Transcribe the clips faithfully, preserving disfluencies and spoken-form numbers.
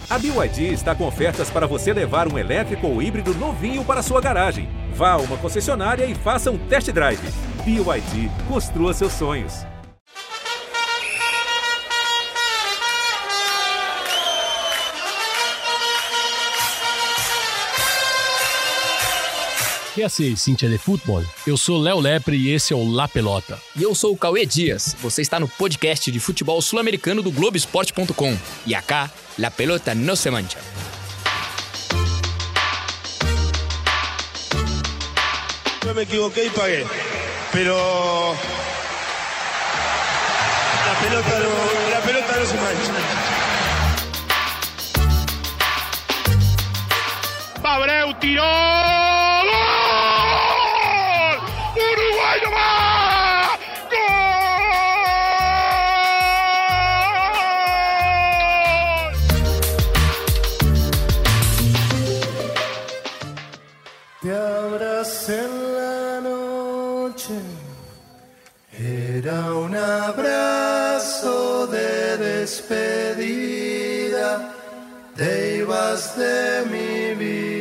A B Y D está com ofertas para você levar um elétrico ou híbrido novinho para sua garagem. Vá a uma concessionária e faça um test drive. B Y D, construa seus sonhos. Quer assim, Cintia de Futebol? Eu sou Léo Lepre e esse é o La Pelota. E eu sou o Cauê Dias. Você está no podcast de futebol sul-americano do Globo Esporte ponto com. E acá, La Pelota no se mancha. Eu me equivoquei e paguei. Pero la pelota no, la pelota no se mancha. Abreu tirou! Uruguai no va! Gol! Te abracé en la noche, era un abrazo de despedida, te ibas de mi vida.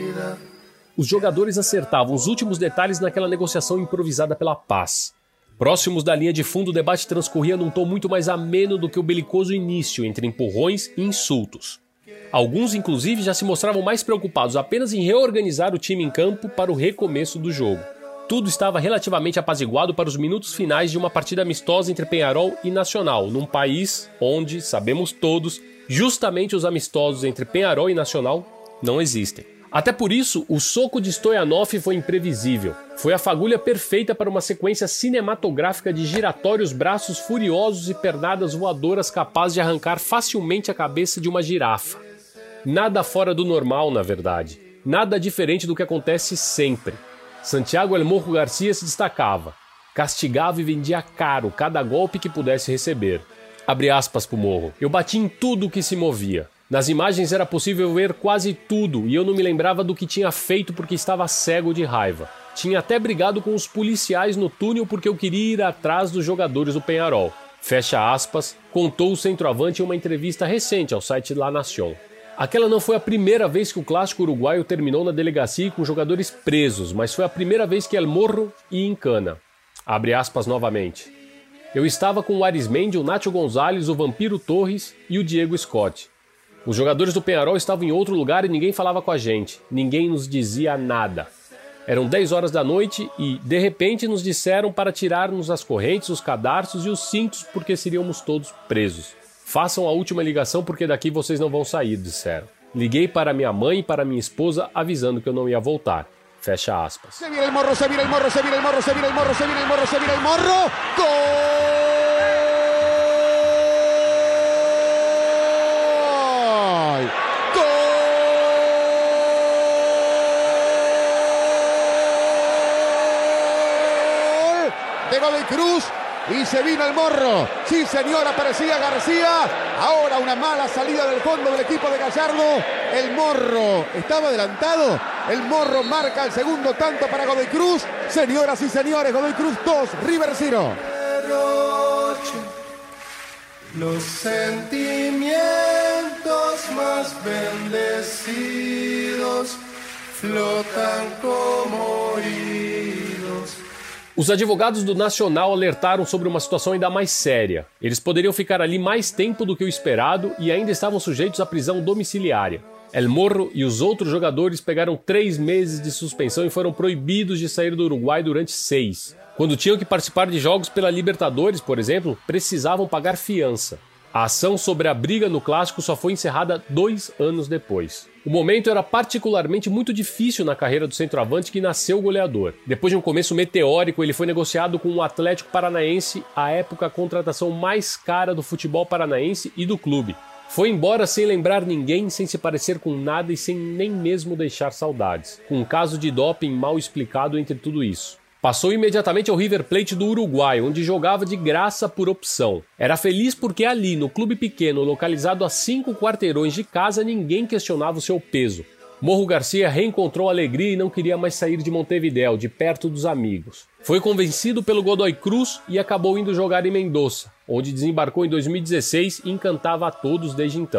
Os jogadores acertavam os últimos detalhes naquela negociação improvisada pela paz. Próximos da linha de fundo, o debate transcorria num tom muito mais ameno do que o belicoso início, entre empurrões e insultos. Alguns, inclusive, já se mostravam mais preocupados apenas em reorganizar o time em campo para o recomeço do jogo. Tudo estava relativamente apaziguado para os minutos finais de uma partida amistosa entre Peñarol e Nacional, num país onde, sabemos todos, justamente os amistosos entre Peñarol e Nacional não existem. Até por isso, o soco de Stoyanov foi imprevisível. Foi a fagulha perfeita para uma sequência cinematográfica de giratórios braços furiosos e pernadas voadoras capazes de arrancar facilmente a cabeça de uma girafa. Nada fora do normal, na verdade. Nada diferente do que acontece sempre. Santiago El Morro Garcia se destacava. Castigava e vendia caro cada golpe que pudesse receber. Abre aspas pro Morro. Eu bati em tudo que se movia. Nas imagens era possível ver quase tudo e eu não me lembrava do que tinha feito porque estava cego de raiva. Tinha até brigado com os policiais no túnel porque eu queria ir atrás dos jogadores do Peñarol. Fecha aspas, contou o centroavante em uma entrevista recente ao site La Nación. Aquela não foi a primeira vez que o clássico uruguaio terminou na delegacia com jogadores presos, mas foi a primeira vez que El Morro ia em cana. Abre aspas novamente. Eu estava com o Arismendi, o Nacho Gonzalez, o Vampiro Torres e o Diego Scott. Os jogadores do Peñarol estavam em outro lugar e ninguém falava com a gente. Ninguém nos dizia nada. Eram dez horas da noite e, de repente, nos disseram para tirarmos as correntes, os cadarços e os cintos porque seríamos todos presos. Façam a última ligação porque daqui vocês não vão sair, disseram. Liguei para minha mãe e para minha esposa avisando que eu não ia voltar. Fecha aspas. Se vira el morro, se vira el morro, se vira el morro, se vira el morro, se vira el morro, se vira el morro. Gol! De Godoy Cruz y se vino el Morro. Sí, señor, aparecía García. Ahora una mala salida del fondo del equipo de Gallardo. El Morro estaba adelantado. El Morro marca el segundo tanto para Godoy Cruz. Señoras y señores, Godoy Cruz dos, River cero. Los sentimientos más bendecidos flotan como hilos. Os advogados do Nacional alertaram sobre uma situação ainda mais séria. Eles poderiam ficar ali mais tempo do que o esperado e ainda estavam sujeitos à prisão domiciliária. El Morro e os outros jogadores pegaram três meses de suspensão e foram proibidos de sair do Uruguai durante seis. Quando tinham que participar de jogos pela Libertadores, por exemplo, precisavam pagar fiança. A ação sobre a briga no clássico só foi encerrada dois anos depois. O momento era particularmente muito difícil na carreira do centroavante que nasceu goleador. Depois de um começo meteórico, ele foi negociado com o Atlético Paranaense, à época a contratação mais cara do futebol paranaense e do clube. Foi embora sem lembrar ninguém, sem se parecer com nada e sem nem mesmo deixar saudades. Com um caso de doping mal explicado entre tudo isso. Passou imediatamente ao River Plate do Uruguai, onde jogava de graça por opção. Era feliz porque ali, no clube pequeno, localizado a cinco quarteirões de casa, ninguém questionava o seu peso. Morro Garcia reencontrou alegria e não queria mais sair de Montevidéu, de perto dos amigos. Foi convencido pelo Godoy Cruz e acabou indo jogar em Mendoza, onde desembarcou em dois mil e dezesseis e encantava a todos desde então.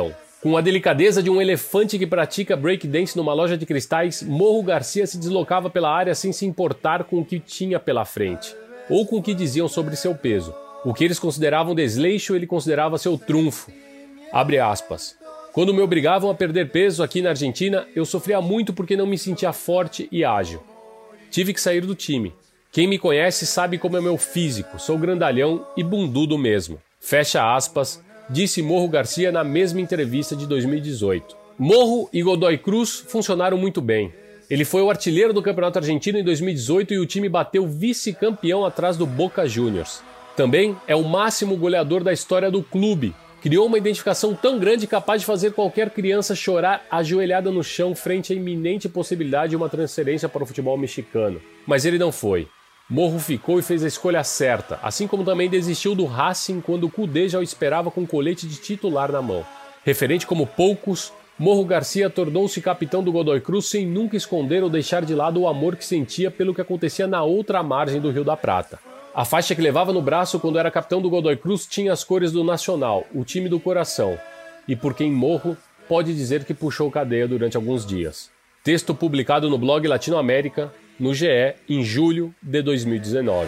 Com a delicadeza de um elefante que pratica breakdance numa loja de cristais, Morro Garcia se deslocava pela área sem se importar com o que tinha pela frente, ou com o que diziam sobre seu peso. O que eles consideravam desleixo, ele considerava seu trunfo. Abre aspas. Quando me obrigavam a perder peso aqui na Argentina, eu sofria muito porque não me sentia forte e ágil. Tive que sair do time. Quem me conhece sabe como é meu físico, sou grandalhão e bundudo mesmo. Fecha aspas, disse Morro Garcia na mesma entrevista de dois mil e dezoito. Morro e Godoy Cruz funcionaram muito bem. Ele foi o artilheiro do Campeonato Argentino em dois mil e dezoito e o time bateu vice-campeão atrás do Boca Juniors. Também é o máximo goleador da história do clube. Criou uma identificação tão grande capaz de fazer qualquer criança chorar ajoelhada no chão frente à iminente possibilidade de uma transferência para o futebol mexicano. Mas ele não foi. Morro ficou e fez a escolha certa, assim como também desistiu do Racing quando o Cudê já o esperava com o colete de titular na mão. Referente como poucos, Morro Garcia tornou-se capitão do Godoy Cruz sem nunca esconder ou deixar de lado o amor que sentia pelo que acontecia na outra margem do Rio da Prata. A faixa que levava no braço quando era capitão do Godoy Cruz tinha as cores do Nacional, o time do coração, e por quem Morro pode dizer que puxou cadeia durante alguns dias. Texto publicado no blog Latinoamérica, no G E, em julho de dois mil e dezenove.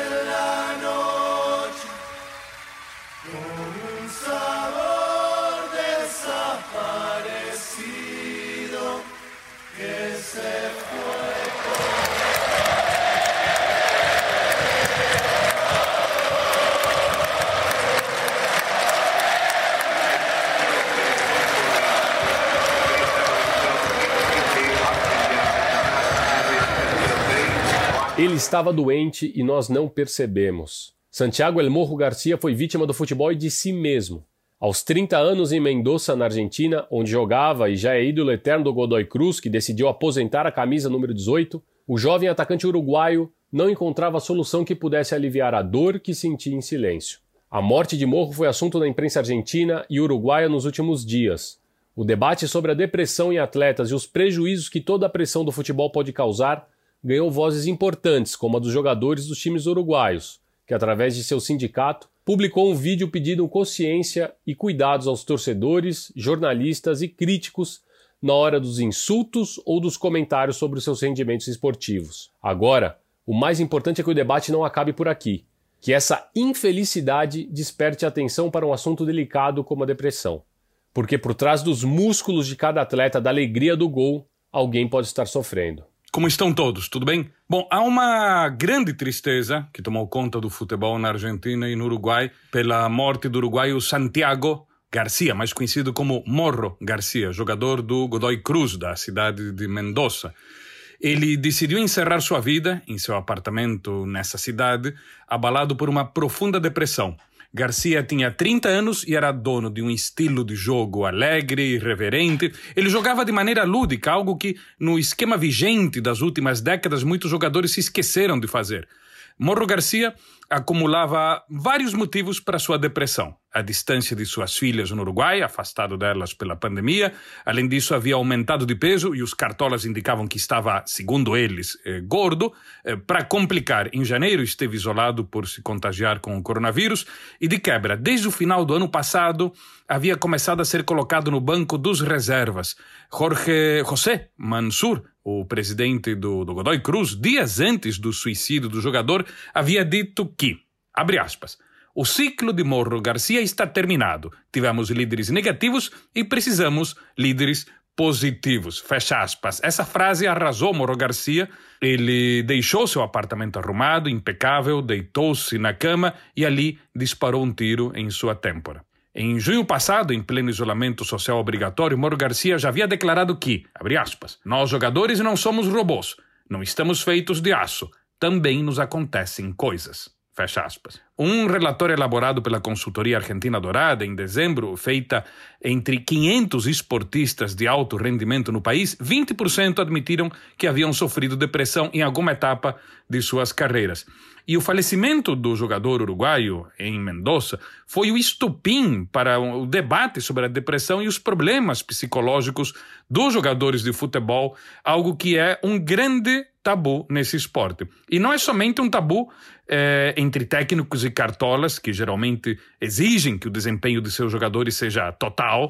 Ele estava doente e nós não percebemos. Santiago El Morro Garcia foi vítima do futebol e de si mesmo. Aos trinta anos em Mendoza, na Argentina, onde jogava e já é ídolo eterno do Godoy Cruz, que decidiu aposentar a camisa número dezoito, o jovem atacante uruguaio não encontrava solução que pudesse aliviar a dor que sentia em silêncio. A morte de Morro foi assunto da imprensa argentina e uruguaia nos últimos dias. O debate sobre a depressão em atletas e os prejuízos que toda a pressão do futebol pode causar ganhou vozes importantes, como a dos jogadores dos times uruguaios, que através de seu sindicato publicou um vídeo pedindo consciência e cuidados aos torcedores, jornalistas e críticos na hora dos insultos ou dos comentários sobre os seus rendimentos esportivos. Agora, o mais importante é que o debate não acabe por aqui, que essa infelicidade desperte atenção para um assunto delicado como a depressão. Porque por trás dos músculos de cada atleta, da alegria do gol, alguém pode estar sofrendo. Como estão todos? Tudo bem? Bom, há uma grande tristeza que tomou conta do futebol na Argentina e no Uruguai pela morte do uruguaio Santiago Garcia, mais conhecido como Morro Garcia, jogador do Godoy Cruz, da cidade de Mendoza. Ele decidiu encerrar sua vida em seu apartamento nessa cidade, abalado por uma profunda depressão. Garcia tinha trinta anos e era dono de um estilo de jogo alegre e irreverente. Ele jogava de maneira lúdica, algo que, no esquema vigente das últimas décadas, muitos jogadores se esqueceram de fazer. Morro Garcia acumulava vários motivos para sua depressão. A distância de suas filhas no Uruguai, afastado delas pela pandemia. Além disso, havia aumentado de peso e os cartolas indicavam que estava, segundo eles, eh, gordo. Eh, para complicar, em janeiro esteve isolado por se contagiar com o coronavírus e, de quebra, desde o final do ano passado, havia começado a ser colocado no banco dos reservas. Jorge José Mansur, o presidente do, do Godoy Cruz, dias antes do suicídio do jogador, havia dito que, abre aspas, o ciclo de Morro Garcia está terminado. Tivemos líderes negativos e precisamos líderes positivos. Fecha aspas. Essa frase arrasou Morro Garcia. Ele deixou seu apartamento arrumado, impecável, deitou-se na cama e ali disparou um tiro em sua têmpora. Em junho passado, em pleno isolamento social obrigatório, Morro Garcia já havia declarado que, abre aspas, nós jogadores não somos robôs, não estamos feitos de aço, também nos acontecem coisas. Fecha aspas. Um relatório elaborado pela consultoria Argentina Dourada em dezembro, feita entre quinhentos esportistas de alto rendimento no país, vinte por cento admitiram que haviam sofrido depressão em alguma etapa de suas carreiras. E o falecimento do jogador uruguaio em Mendoza foi o estopim para o debate sobre a depressão e os problemas psicológicos dos jogadores de futebol, algo que é um grande tabu nesse esporte. E não é somente um tabu é, entre técnicos e cartolas, que geralmente exigem que o desempenho de seus jogadores seja total,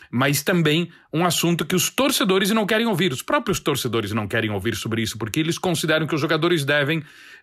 mas também um assunto que os torcedores não querem ouvir. Os próprios torcedores não querem ouvir sobre isso, porque eles consideram que os jogadores devem,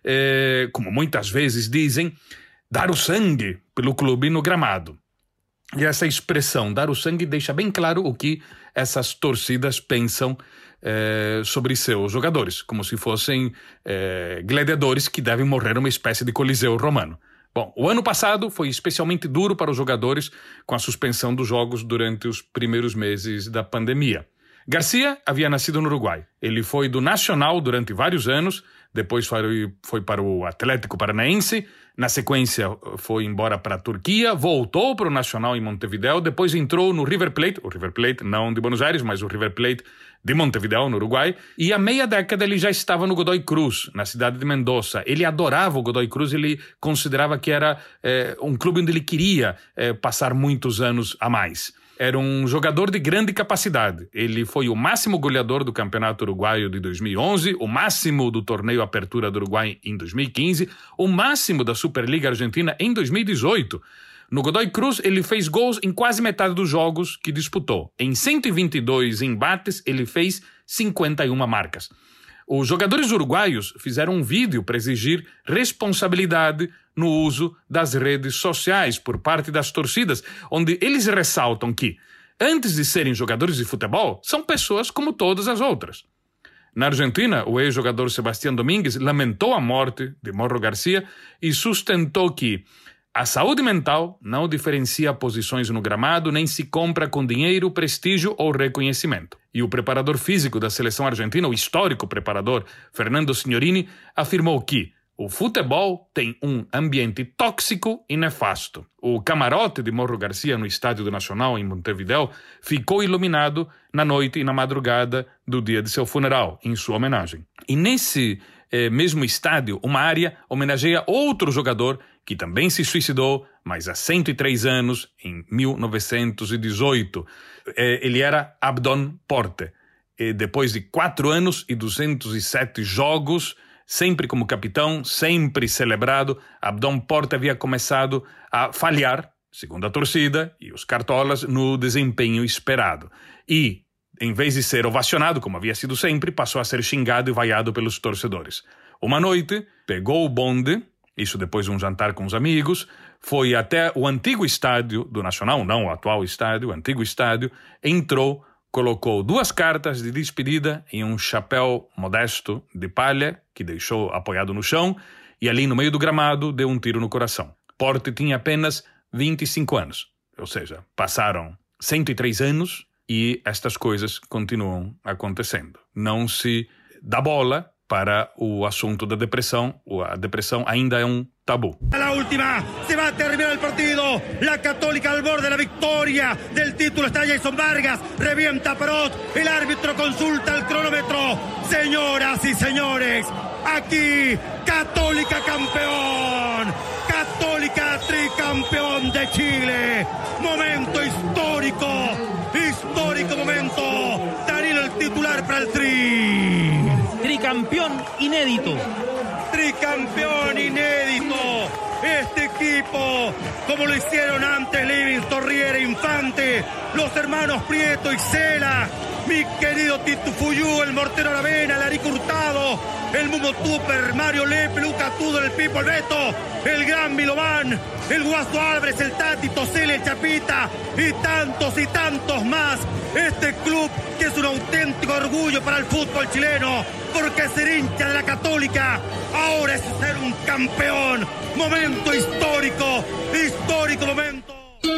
eh, como muitas vezes dizem, dar o sangue pelo clube no gramado. E essa expressão, dar o sangue, deixa bem claro o que essas torcidas pensam eh, sobre seus jogadores, como se fossem eh, gladiadores que devem morrer numa espécie de coliseu romano. Bom, o ano passado foi especialmente duro para os jogadores com a suspensão dos jogos durante os primeiros meses da pandemia. Garcia havia nascido no Uruguai. Ele foi do Nacional durante vários anos, depois foi, foi para o Atlético Paranaense, na sequência foi embora para a Turquia, voltou para o Nacional em Montevideo, depois entrou no River Plate, o River Plate não de Buenos Aires, mas o River Plate de Montevideo, no Uruguai, e há meia década ele já estava no Godoy Cruz, na cidade de Mendoza. Ele adorava o Godoy Cruz, ele considerava que era é, um clube onde ele queria é, passar muitos anos a mais. Era um jogador de grande capacidade. Ele foi o máximo goleador do Campeonato Uruguaio de dois mil e onze, o máximo do Torneio Apertura do Uruguai em dois mil e quinze, o máximo da Superliga Argentina em dois mil e dezoito. No Godoy Cruz, ele fez gols em quase metade dos jogos que disputou. Em cento e vinte e dois embates, ele fez cinquenta e uma marcas. Os jogadores uruguaios fizeram um vídeo para exigir responsabilidade no uso das redes sociais por parte das torcidas, onde eles ressaltam que, antes de serem jogadores de futebol, são pessoas como todas as outras. Na Argentina, o ex-jogador Sebastián Domínguez lamentou a morte de Morro Garcia e sustentou que a saúde mental não diferencia posições no gramado nem se compra com dinheiro, prestígio ou reconhecimento. E o preparador físico da seleção argentina, o histórico preparador Fernando Signorini, afirmou que o futebol tem um ambiente tóxico e nefasto. O camarote de Morro Garcia no Estádio do Nacional, em Montevideo, ficou iluminado na noite e na madrugada do dia de seu funeral, em sua homenagem. E nesse eh, mesmo estádio, uma área homenageia outro jogador que também se suicidou, mas há cento e três anos, em mil novecentos e dezoito. Eh, ele era Abdón Porte. E depois de quatro anos e duzentos e sete jogos, sempre como capitão, sempre celebrado, Abdón Porte havia começado a falhar, segundo a torcida e os cartolas, no desempenho esperado. E, em vez de ser ovacionado, como havia sido sempre, passou a ser xingado e vaiado pelos torcedores. Uma noite, pegou o bonde, isso depois de um jantar com os amigos, foi até o antigo estádio do Nacional, não o atual estádio, o antigo estádio, entrou, colocou duas cartas de despedida em um chapéu modesto de palha que deixou apoiado no chão e ali no meio do gramado deu um tiro no coração. Porte tinha apenas vinte e cinco anos, ou seja, passaram cento e três anos e estas coisas continuam acontecendo. Não se dá bola para o assunto da depressão. A depressão ainda é um tabu. La última, se va a terminar el partido. La Católica al borde de la victoria del título está Jason Vargas. Revienta Perot. El árbitro consulta el cronómetro. Señoras y señores, aquí Católica campeón. Católica tricampeón de Chile. Momento histórico. Histórico momento. Danilo el titular para el Tri. Tricampeón inédito. Tricampeón inédito. Este equipo, como lo hicieron antes Livingston, Riera, Infante, los hermanos Prieto y Cela, mi querido Tito Fuyú, el Mortero Aravena, el Arico Hurtado, el Mumo Tupper, Mario Lepe, Luca Tudor, el Pipo, el Beto, el Gran Milovan, el Guaso Álvarez, el Tati, Tosele, el Chapita y tantos y tantos más. Este club que es un auténtico orgullo para el fútbol chileno, porque ser hincha de la Católica ahora es ser un campeón. Momento histórico, histórico momento.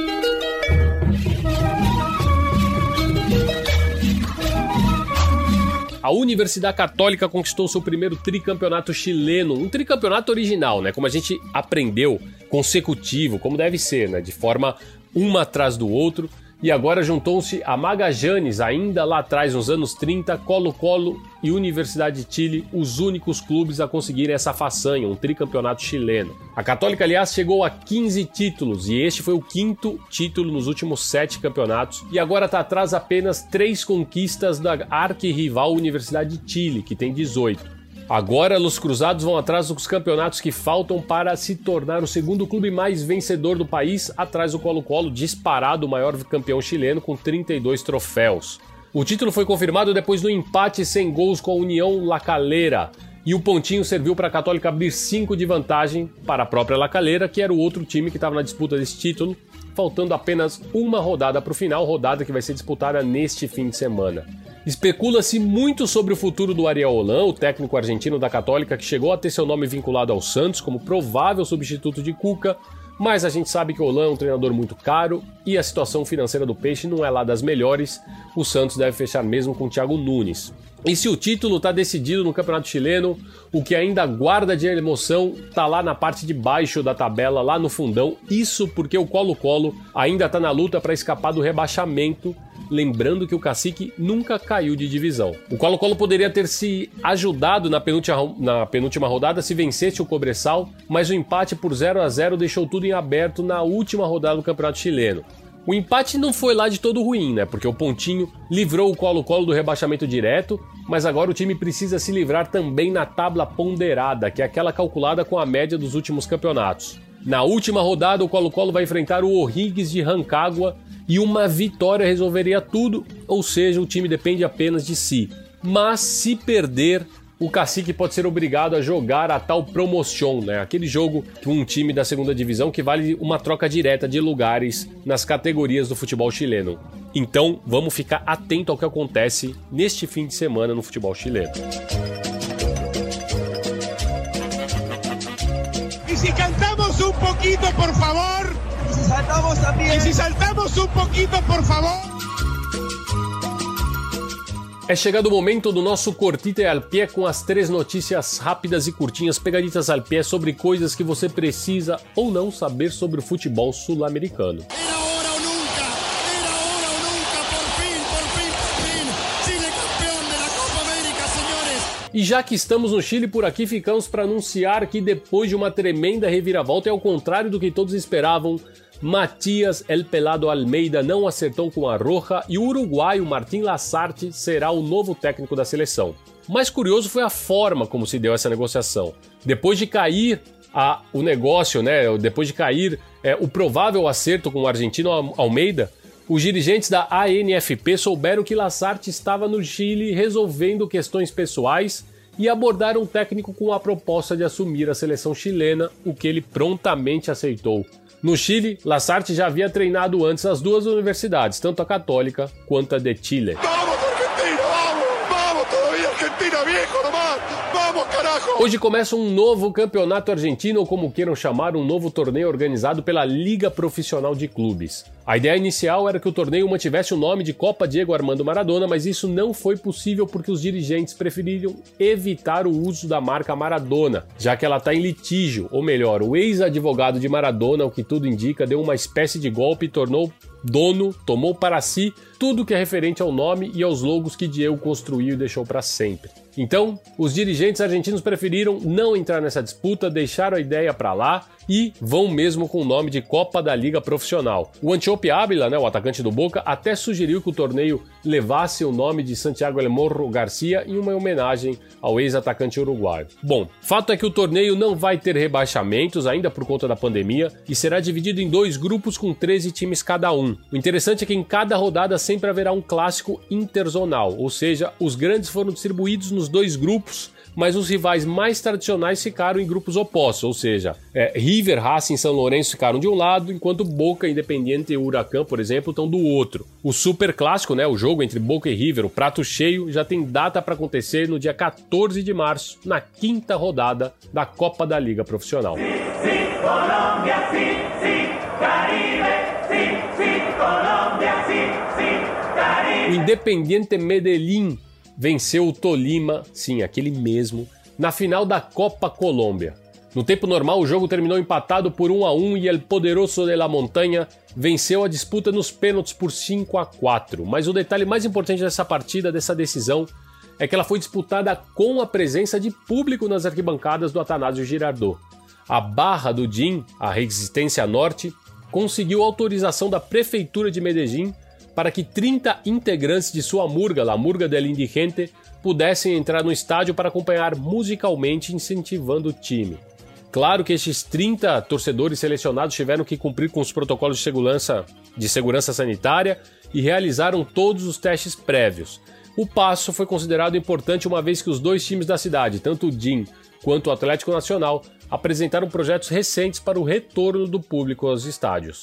A Universidade Católica conquistou seu primeiro tricampeonato chileno, um tricampeonato original, né? Como a gente aprendeu, consecutivo, como deve ser, né? De forma uma atrás do outro. E agora juntou-se a Magallanes, ainda lá atrás, nos anos trinta, Colo-Colo e Universidade de Chile, os únicos clubes a conseguirem essa façanha, um tricampeonato chileno. A Católica, aliás, chegou a quinze títulos, e este foi o quinto título nos últimos sete campeonatos, e agora está atrás apenas três conquistas da arquirrival Universidade de Chile, que tem dezoito. Agora, os Cruzados vão atrás dos campeonatos que faltam para se tornar o segundo clube mais vencedor do país, atrás do Colo-Colo, disparado o maior campeão chileno com trinta e dois troféus. O título foi confirmado depois do empate sem gols com a União La Calera, e o pontinho serviu para a Católica abrir cinco de vantagem para a própria La Calera, que era o outro time que estava na disputa desse título, faltando apenas uma rodada para o final, rodada que vai ser disputada neste fim de semana. Especula-se muito sobre o futuro do Ariel Holan, o técnico argentino da Católica que chegou a ter seu nome vinculado ao Santos como provável substituto de Cuca, mas a gente sabe que o Holan é um treinador muito caro e a situação financeira do Peixe não é lá das melhores. O Santos deve fechar mesmo com o Thiago Nunes. E se o título está decidido no Campeonato Chileno, o que ainda guarda de emoção está lá na parte de baixo da tabela, lá no fundão. Isso porque o Colo-Colo ainda está na luta para escapar do rebaixamento, lembrando que o Cacique nunca caiu de divisão. O Colo-Colo poderia ter se ajudado na penúltima, na penúltima rodada se vencesse o Cobressal, mas o empate por zero a zero deixou tudo em aberto na última rodada do Campeonato Chileno. O empate não foi lá de todo ruim, né? Porque o pontinho livrou o Colo-Colo do rebaixamento direto, mas agora o time precisa se livrar também na tábua ponderada, que é aquela calculada com a média dos últimos campeonatos. Na última rodada, o Colo-Colo vai enfrentar o O'Higgins de Rancagua e uma vitória resolveria tudo, ou seja, o time depende apenas de si. Mas se perder, o Cacique pode ser obrigado a jogar a tal promoção, né? Aquele jogo com um time da segunda divisão que vale uma troca direta de lugares nas categorias do futebol chileno. Então, vamos ficar atento ao que acontece neste fim de semana no futebol chileno. E se cantamos um pouquinho, por favor? E se saltamos também? E se saltamos um pouquinho, por favor? É chegado o momento do nosso Cortita al Pie com as três notícias rápidas e curtinhas, pegaditas al pé sobre coisas que você precisa ou não saber sobre o futebol sul-americano. Era hora ou nunca, era hora ou nunca, por fim, por fim, por fim, Chile campeão da Copa América, senhores. E já que estamos no Chile, por aqui ficamos para anunciar que depois de uma tremenda reviravolta, e ao contrário do que todos esperavam, Matias El Pelado Almeida não acertou com a Roja e o uruguaio Martín Lazarte será o novo técnico da seleção. O mais curioso foi a forma como se deu essa negociação. Depois de cair a, o negócio, né, depois de cair é, o provável acerto com o argentino Almeida, os dirigentes da A N F P souberam que Lazarte estava no Chile resolvendo questões pessoais e abordaram o técnico com a proposta de assumir a seleção chilena, o que ele prontamente aceitou. No Chile, Lazarte já havia treinado antes as duas universidades, tanto a Católica quanto a de Chile. Vamos, Argentina, vamos! Vamos, todavía Argentina, viejo, nomás! Vamos, carajo! Hoje começa um novo campeonato argentino, ou como queiram chamar, um novo torneio organizado pela Liga Profissional de Clubes. A ideia inicial era que o torneio mantivesse o nome de Copa Diego Armando Maradona, mas isso não foi possível porque os dirigentes preferiram evitar o uso da marca Maradona, já que ela está em litígio, ou melhor, o ex-advogado de Maradona, o que tudo indica, deu uma espécie de golpe e tornou dono, tomou para si tudo que é referente ao nome e aos logos que Diego construiu e deixou para sempre. Então, os dirigentes argentinos preferiram não entrar nessa disputa, deixaram a ideia para lá e vão mesmo com o nome de Copa da Liga Profissional. O Antiope Ávila, né, o atacante do Boca, até sugeriu que o torneio levasse o nome de Santiago El Morro Garcia em uma homenagem ao ex-atacante uruguaio. Bom, fato é que o torneio não vai ter rebaixamentos ainda por conta da pandemia e será dividido em dois grupos com treze times cada um. O interessante é que em cada rodada sempre haverá um clássico interzonal, ou seja, os grandes foram distribuídos nos dois grupos, mas os rivais mais tradicionais ficaram em grupos opostos, ou seja, é, River, Racing e São Lourenço ficaram de um lado, enquanto Boca, Independiente e Huracán, por exemplo, estão do outro. O Super Clássico, né, o jogo entre Boca e River, o prato cheio, já tem data para acontecer no dia quatorze de março, na quinta rodada da Copa da Liga Profissional. Sim, sim, Colômbia, sim, sim, Caribe, sim, sim, Colômbia, sim, sim, Caribe. O Independiente Medellín venceu o Tolima, sim, aquele mesmo, na final da Copa Colômbia. No tempo normal, o jogo terminou empatado por um a um e El Poderoso de la Montaña venceu a disputa nos pênaltis por cinco a quatro. Mas o detalhe mais importante dessa partida, dessa decisão, é que ela foi disputada com a presença de público nas arquibancadas do Atanásio Girardot. A Barra do D I M, a Resistência Norte, conseguiu autorização da Prefeitura de Medellín para que trinta integrantes de sua murga, La Murga del Indigente, pudessem entrar no estádio para acompanhar musicalmente, incentivando o time. Claro que estes trinta torcedores selecionados tiveram que cumprir com os protocolos de segurança, de segurança sanitária e realizaram todos os testes prévios. O passo foi considerado importante uma vez que os dois times da cidade, tanto o D I M quanto o Atlético Nacional, apresentaram projetos recentes para o retorno do público aos estádios.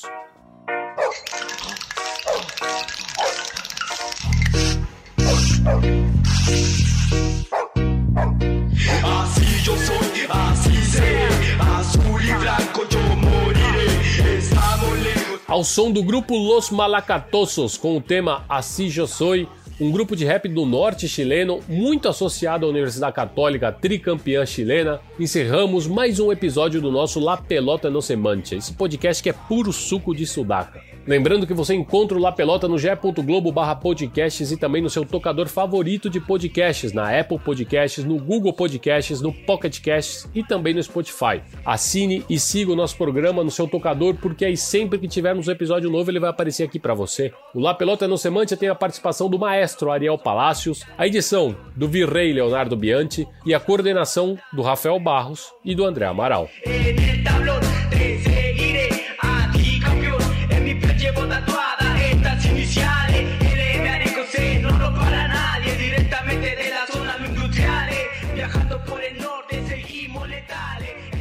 Ao som do grupo Los Malacatosos, com o tema Así Yo Soy, um grupo de rap do norte chileno muito associado à Universidade Católica tricampeã chilena, encerramos mais um episódio do nosso La Pelota No Se Mancha, esse podcast que é puro suco de sudaca. Lembrando que você encontra o La Pelota no ge.globo barra podcasts e também no seu tocador favorito de podcasts, na Apple Podcasts, no Google Podcasts, no Pocket Casts e também no Spotify. Assine e siga o nosso programa no seu tocador, porque aí sempre que tivermos um episódio novo ele vai aparecer aqui para você. O La Pelota No Se Mancha tem a participação do maestro Ariel Palacios, a edição do Virrey Leonardo Bianchi e a coordenação do Rafael Barros e do André Amaral. Llevo tatuadas estas iniciales, L M A R C, no lo para nadie, directamente de las zonas industriales, viajando por el norte seguimos letales.